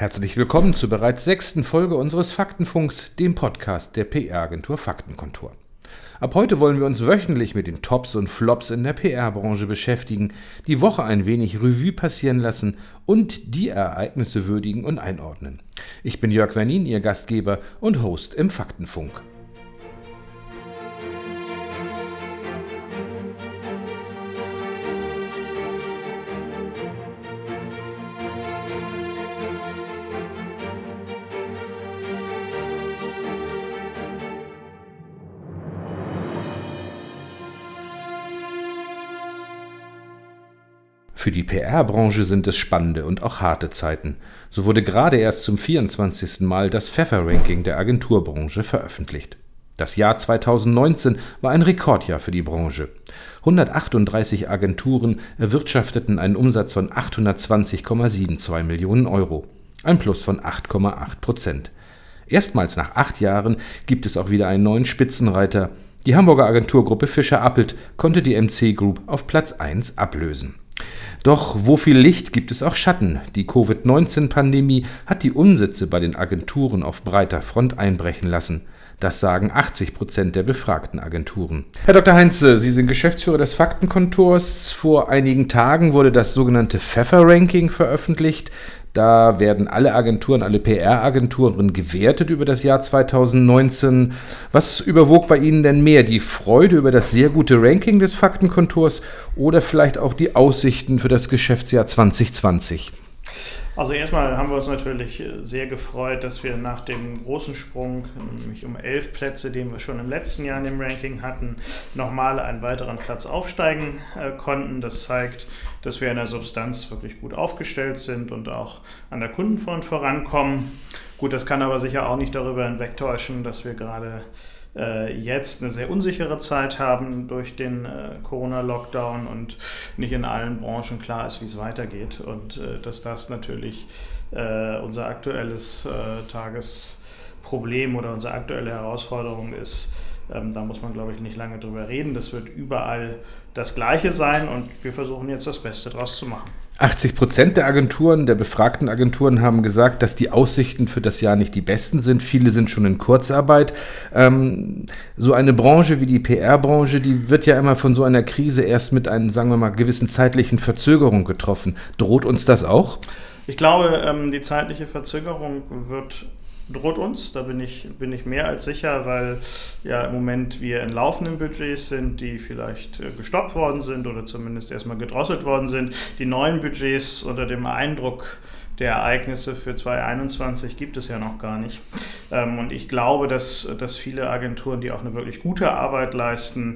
Herzlich willkommen zur bereits 6. Folge unseres Faktenfunks, dem Podcast der PR-Agentur Faktenkontor. Ab heute wollen wir uns wöchentlich mit den Tops und Flops in der PR-Branche beschäftigen, die Woche ein wenig Revue passieren lassen und die Ereignisse würdigen und einordnen. Ich bin Jörg Wernin, Ihr Gastgeber und Host im Faktenfunk. Für die PR-Branche sind es spannende und auch harte Zeiten. So wurde gerade erst zum 24. Mal das Pfeffer-Ranking der Agenturbranche veröffentlicht. Das Jahr 2019 war ein Rekordjahr für die Branche. 138 Agenturen erwirtschafteten einen Umsatz von 820,72 Millionen Euro. Ein Plus von 8,8%. Erstmals nach 8 Jahren gibt es auch wieder einen neuen Spitzenreiter. Die Hamburger Agenturgruppe Fischer-Appelt konnte die MC Group auf Platz 1 ablösen. Doch wo viel Licht gibt es auch Schatten. Die Covid-19-Pandemie hat die Umsätze bei den Agenturen auf breiter Front einbrechen lassen. Das sagen 80% der befragten Agenturen. Herr Dr. Heinze, Sie sind Geschäftsführer des Faktenkontors. Vor einigen Tagen wurde das sogenannte Pfeffer-Ranking veröffentlicht. Da werden alle Agenturen, alle PR-Agenturen gewertet über das Jahr 2019. Was überwog bei Ihnen denn mehr? Die Freude über das sehr gute Ranking des Faktenkontors oder vielleicht auch die Aussichten für das Geschäftsjahr 2020? Also erstmal haben wir uns natürlich sehr gefreut, dass wir nach dem großen Sprung, nämlich um 11 Plätze, den wir schon im letzten Jahr in dem Ranking hatten, nochmal einen weiteren Platz aufsteigen konnten. Das zeigt, dass wir in der Substanz wirklich gut aufgestellt sind und auch an der Kundenfront vorankommen. Gut, das kann aber sicher auch nicht darüber hinwegtäuschen, dass wir gerade jetzt eine sehr unsichere Zeit haben durch den Corona-Lockdown und nicht in allen Branchen klar ist, wie es weitergeht und dass das natürlich unser aktuelles Tagesproblem oder unsere aktuelle Herausforderung ist. Da muss man, glaube ich, nicht lange drüber reden. Das wird überall das Gleiche sein und wir versuchen jetzt das Beste draus zu machen. 80% der Agenturen, der befragten Agenturen haben gesagt, dass die Aussichten für das Jahr nicht die besten sind. Viele sind schon in Kurzarbeit. So eine Branche wie die PR-Branche, die wird ja immer von so einer Krise erst mit einer, sagen wir mal, gewissen zeitlichen Verzögerung getroffen. Droht uns das auch? Ich glaube, die zeitliche Verzögerung droht uns, da bin ich mehr als sicher, weil ja im Moment wir in laufenden Budgets sind, die vielleicht gestoppt worden sind oder zumindest erstmal gedrosselt worden sind. Die neuen Budgets unter dem Eindruck der Ereignisse für 2021 gibt es ja noch gar nicht. Und ich glaube, dass viele Agenturen, die auch eine wirklich gute Arbeit leisten,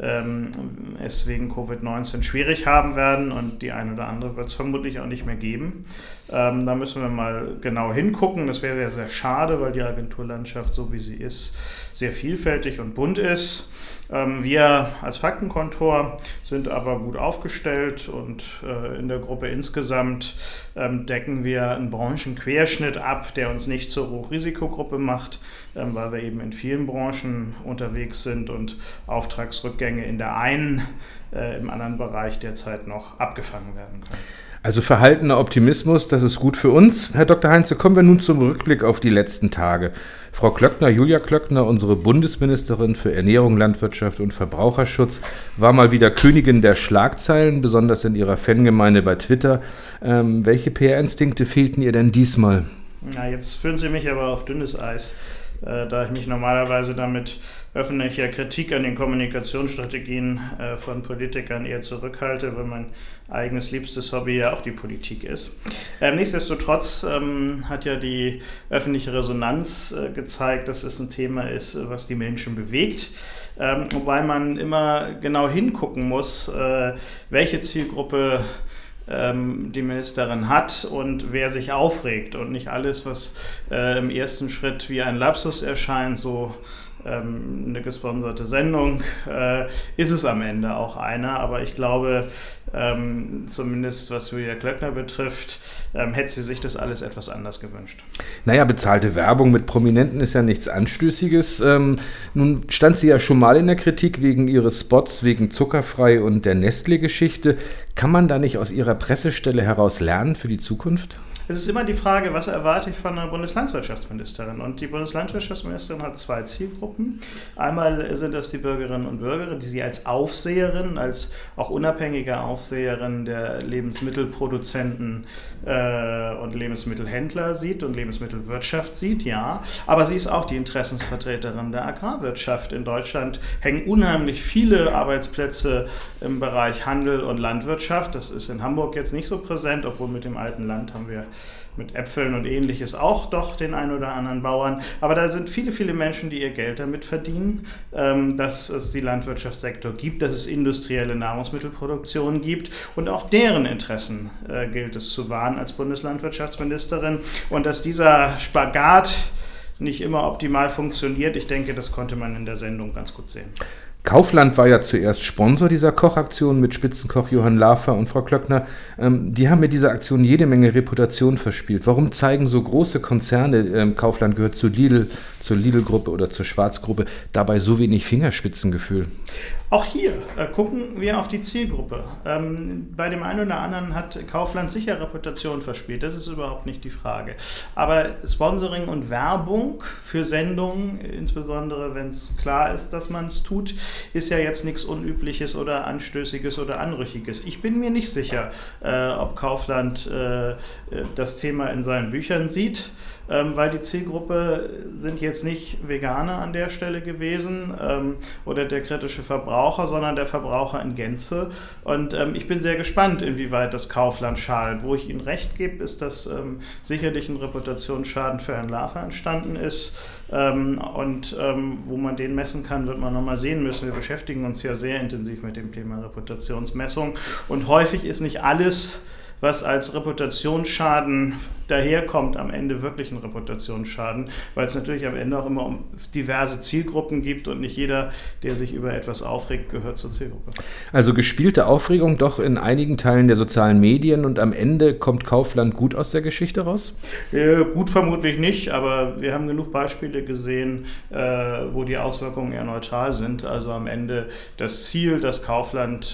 es wegen Covid-19 schwierig haben werden und die eine oder andere wird es vermutlich auch nicht mehr geben. Da müssen wir mal genau hingucken. Das wäre ja sehr schade, weil die Agenturlandschaft, so wie sie ist, sehr vielfältig und bunt ist. Wir als Faktenkontor sind aber gut aufgestellt und in der Gruppe insgesamt decken wir einen Branchenquerschnitt ab, der uns nicht zur Hochrisikogruppe macht, weil wir eben in vielen Branchen unterwegs sind und Auftragsrückgänge in der einen, im anderen Bereich derzeit noch abgefangen werden können. Also verhaltener Optimismus, das ist gut für uns. Herr Dr. Heinze, kommen wir nun zum Rückblick auf die letzten Tage. Frau Klöckner, Julia Klöckner, unsere Bundesministerin für Ernährung, Landwirtschaft und Verbraucherschutz, war mal wieder Königin der Schlagzeilen, besonders in ihrer Fangemeinde bei Twitter. Welche PR-Instinkte fehlten ihr denn diesmal? Na, jetzt führen Sie mich aber auf dünnes Eis, da ich mich normalerweise damit öffentlicher Kritik an den Kommunikationsstrategien von Politikern eher zurückhalte, weil mein eigenes liebstes Hobby ja auch die Politik ist. Nichtsdestotrotz hat ja die öffentliche Resonanz gezeigt, dass es ein Thema ist, was die Menschen bewegt, wobei man immer genau hingucken muss, welche Zielgruppe die Ministerin hat und wer sich aufregt und nicht alles, was im ersten Schritt wie ein Lapsus erscheint, so eine gesponserte Sendung, ist es am Ende auch einer, aber ich glaube, zumindest was Julia Klöckner betrifft, hätte sie sich das alles etwas anders gewünscht. Naja, bezahlte Werbung mit Prominenten ist ja nichts Anstößiges. Nun stand sie ja schon mal in der Kritik wegen ihres Spots, wegen Zuckerfrei und der Nestle-Geschichte. Kann man da nicht aus ihrer Pressestelle heraus lernen für die Zukunft? Es ist immer die Frage, was erwarte ich von einer Bundeslandwirtschaftsministerin? Und die Bundeslandwirtschaftsministerin hat 2 Zielgruppen. Einmal sind das die Bürgerinnen und Bürger, die sie als Aufseherin, als auch unabhängige Aufseherin der Lebensmittelproduzenten und Lebensmittelhändler sieht und Lebensmittelwirtschaft sieht, ja. Aber sie ist auch die Interessensvertreterin der Agrarwirtschaft. In Deutschland hängen unheimlich viele Arbeitsplätze im Bereich Handel und Landwirtschaft. Das ist in Hamburg jetzt nicht so präsent, obwohl mit dem alten Land haben wir mit Äpfeln und Ähnliches auch doch den ein oder anderen Bauern. Aber da sind viele, viele Menschen, die ihr Geld damit verdienen, dass es die Landwirtschaftssektor gibt, dass es industrielle Nahrungsmittelproduktion gibt und auch deren Interessen gilt es zu wahren als Bundeslandwirtschaftsministerin. Und dass dieser Spagat nicht immer optimal funktioniert, ich denke, das konnte man in der Sendung ganz gut sehen. Kaufland war ja zuerst Sponsor dieser Kochaktion mit Spitzenkoch Johann Lafer und Frau Klöckner. Die haben mit dieser Aktion jede Menge Reputation verspielt. Warum zeigen so große Konzerne, Kaufland gehört zur Lidl-Gruppe oder zur Schwarz-Gruppe, dabei so wenig Fingerspitzengefühl? Auch hier gucken wir auf die Zielgruppe. Bei dem einen oder anderen hat Kaufland sicher Reputation verspielt, das ist überhaupt nicht die Frage. Aber Sponsoring und Werbung für Sendungen, insbesondere wenn es klar ist, dass man es tut, ist ja jetzt nichts Unübliches oder Anstößiges oder Anrüchiges. Ich bin mir nicht sicher, ob Kaufland das Thema in seinen Büchern sieht, weil die Zielgruppe sind jetzt nicht Veganer an der Stelle gewesen oder der kritische Verbraucher, sondern der Verbraucher in Gänze. Und ich bin sehr gespannt, inwieweit das Kaufland schadet. Wo ich Ihnen recht gebe, ist, dass sicherlich ein Reputationsschaden für Herrn Lafer entstanden ist. Und wo man den messen kann, wird man nochmal sehen müssen. Wir beschäftigen uns ja sehr intensiv mit dem Thema Reputationsmessung. Und häufig ist nicht alles, was als Reputationsschaden daherkommt, am Ende wirklich ein Reputationsschaden, weil es natürlich am Ende auch immer um diverse Zielgruppen gibt und nicht jeder, der sich über etwas aufregt, gehört zur Zielgruppe. Also gespielte Aufregung doch in einigen Teilen der sozialen Medien und am Ende kommt Kaufland gut aus der Geschichte raus? Gut vermutlich nicht, aber wir haben genug Beispiele gesehen, wo die Auswirkungen eher neutral sind. Also am Ende das Ziel, dass Kaufland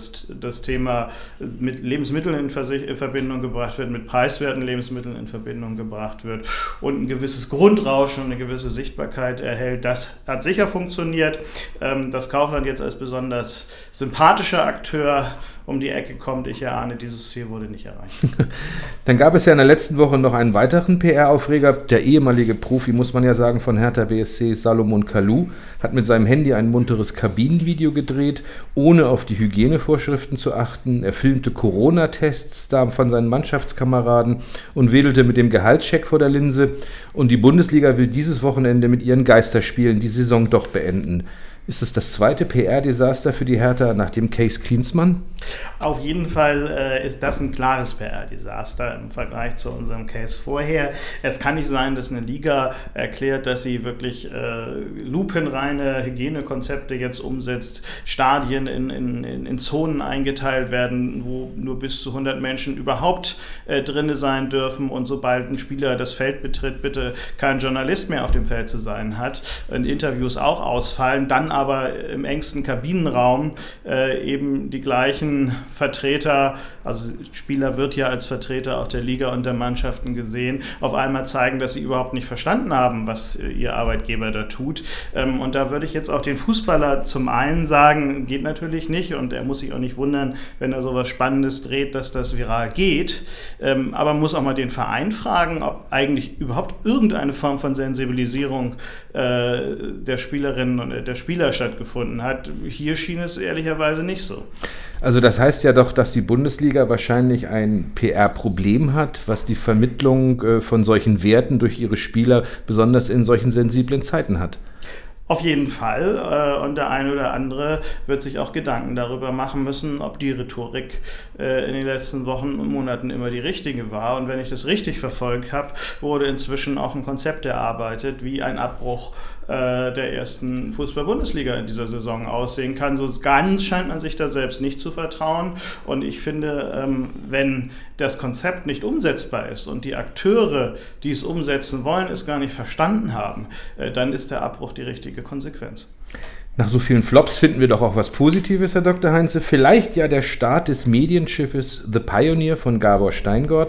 das Thema mit Lebensmitteln in Verbindung gebracht wird, mit preiswerten Lebensmitteln in Verbindung gebracht wird und ein gewisses Grundrauschen und eine gewisse Sichtbarkeit erhält. Das hat sicher funktioniert. Dass Kaufland jetzt als besonders sympathischer Akteur um die Ecke kommt, ich erahne, dieses Ziel wurde nicht erreicht. Dann gab es ja in der letzten Woche noch einen weiteren PR-Aufreger. Der ehemalige Profi, muss man ja sagen, von Hertha BSC, Salomon Kalou, hat mit seinem Handy ein munteres Kabinenvideo gedreht, ohne auf die Hygienevorschriften zu achten. Er filmte Corona-Tests da von seinen Mannschaftskameraden und wedelte mit dem Gehaltscheck vor der Linse. Und die Bundesliga will dieses Wochenende mit ihren Geisterspielen die Saison doch beenden. Ist es das zweite PR-Desaster für die Hertha nach dem Case Klinsmann? Auf jeden Fall ist das ein klares PR-Desaster im Vergleich zu unserem Case vorher. Es kann nicht sein, dass eine Liga erklärt, dass sie wirklich lupenreine Hygienekonzepte jetzt umsetzt, Stadien in Zonen eingeteilt werden, wo nur bis zu 100 Menschen überhaupt drin sein dürfen und sobald ein Spieler das Feld betritt, bitte kein Journalist mehr auf dem Feld zu sein hat und Interviews auch ausfallen, dann aber im engsten Kabinenraum eben die gleichen Vertreter, also Spieler wird ja als Vertreter auch der Liga und der Mannschaften gesehen, auf einmal zeigen, dass sie überhaupt nicht verstanden haben, was ihr Arbeitgeber da tut. Und da würde ich jetzt auch den Fußballer zum einen sagen, geht natürlich nicht und er muss sich auch nicht wundern, wenn er sowas Spannendes dreht, dass das viral geht. Aber man muss auch mal den Verein fragen, ob eigentlich überhaupt irgendeine Form von Sensibilisierung der Spielerinnen und der Spieler stattgefunden hat. Hier schien es ehrlicherweise nicht so. Also das heißt ja doch, dass die Bundesliga wahrscheinlich ein PR-Problem hat, was die Vermittlung von solchen Werten durch ihre Spieler besonders in solchen sensiblen Zeiten hat. Auf jeden Fall. Und der eine oder andere wird sich auch Gedanken darüber machen müssen, ob die Rhetorik in den letzten Wochen und Monaten immer die richtige war. Und wenn ich das richtig verfolgt habe, wurde inzwischen auch ein Konzept erarbeitet, wie ein Abbruch der ersten Fußball-Bundesliga in dieser Saison aussehen kann. So ganz scheint man sich da selbst nicht zu vertrauen. Und ich finde, wenn das Konzept nicht umsetzbar ist und die Akteure, die es umsetzen wollen, es gar nicht verstanden haben, dann ist der Abbruch die richtige Konsequenz. Nach so vielen Flops finden wir doch auch was Positives, Herr Dr. Heinze. Vielleicht ja der Start des Medienschiffes The Pioneer von Gabor Steingart.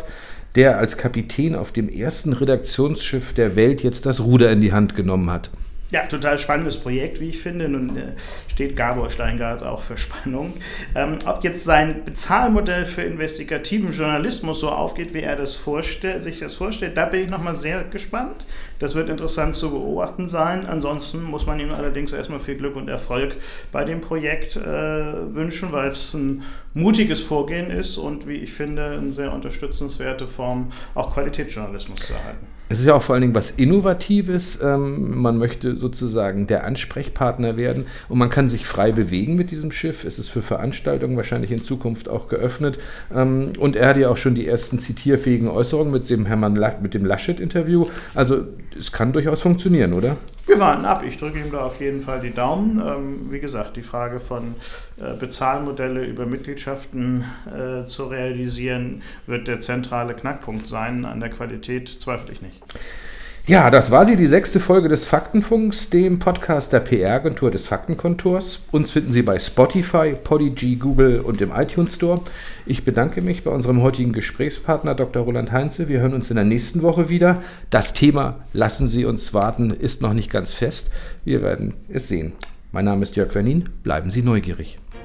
der als Kapitän auf dem ersten Redaktionsschiff der Welt jetzt das Ruder in die Hand genommen hat. Ja, total spannendes Projekt, wie ich finde. Nun steht Gabor Steingart auch für Spannung. Ob jetzt sein Bezahlmodell für investigativen Journalismus so aufgeht, wie er sich das vorstellt, da bin ich nochmal sehr gespannt. Das wird interessant zu beobachten sein. Ansonsten muss man ihm allerdings erstmal viel Glück und Erfolg bei dem Projekt wünschen, weil es ein mutiges Vorgehen ist und, wie ich finde, eine sehr unterstützenswerte Form, auch Qualitätsjournalismus zu erhalten. Es ist ja auch vor allen Dingen was Innovatives. Man möchte sozusagen der Ansprechpartner werden und man kann sich frei bewegen mit diesem Schiff. Es ist für Veranstaltungen wahrscheinlich in Zukunft auch geöffnet. Und er hat ja auch schon die ersten zitierfähigen Äußerungen mit dem Laschet-Interview. Also es kann durchaus funktionieren, oder? Wir warten ab. Ich drücke ihm da auf jeden Fall die Daumen. Wie gesagt, die Frage von Bezahlmodelle über Mitgliedschaften zu realisieren, wird der zentrale Knackpunkt sein. An der Qualität zweifle ich nicht. Ja, das war sie, die 6. Folge des Faktenfunks, dem Podcast der PR-Agentur des Faktenkontors. Uns finden Sie bei Spotify, Podigy, Google und im iTunes Store. Ich bedanke mich bei unserem heutigen Gesprächspartner Dr. Roland Heinze. Wir hören uns in der nächsten Woche wieder. Das Thema, lassen Sie uns warten, ist noch nicht ganz fest. Wir werden es sehen. Mein Name ist Jörg Wernin. Bleiben Sie neugierig.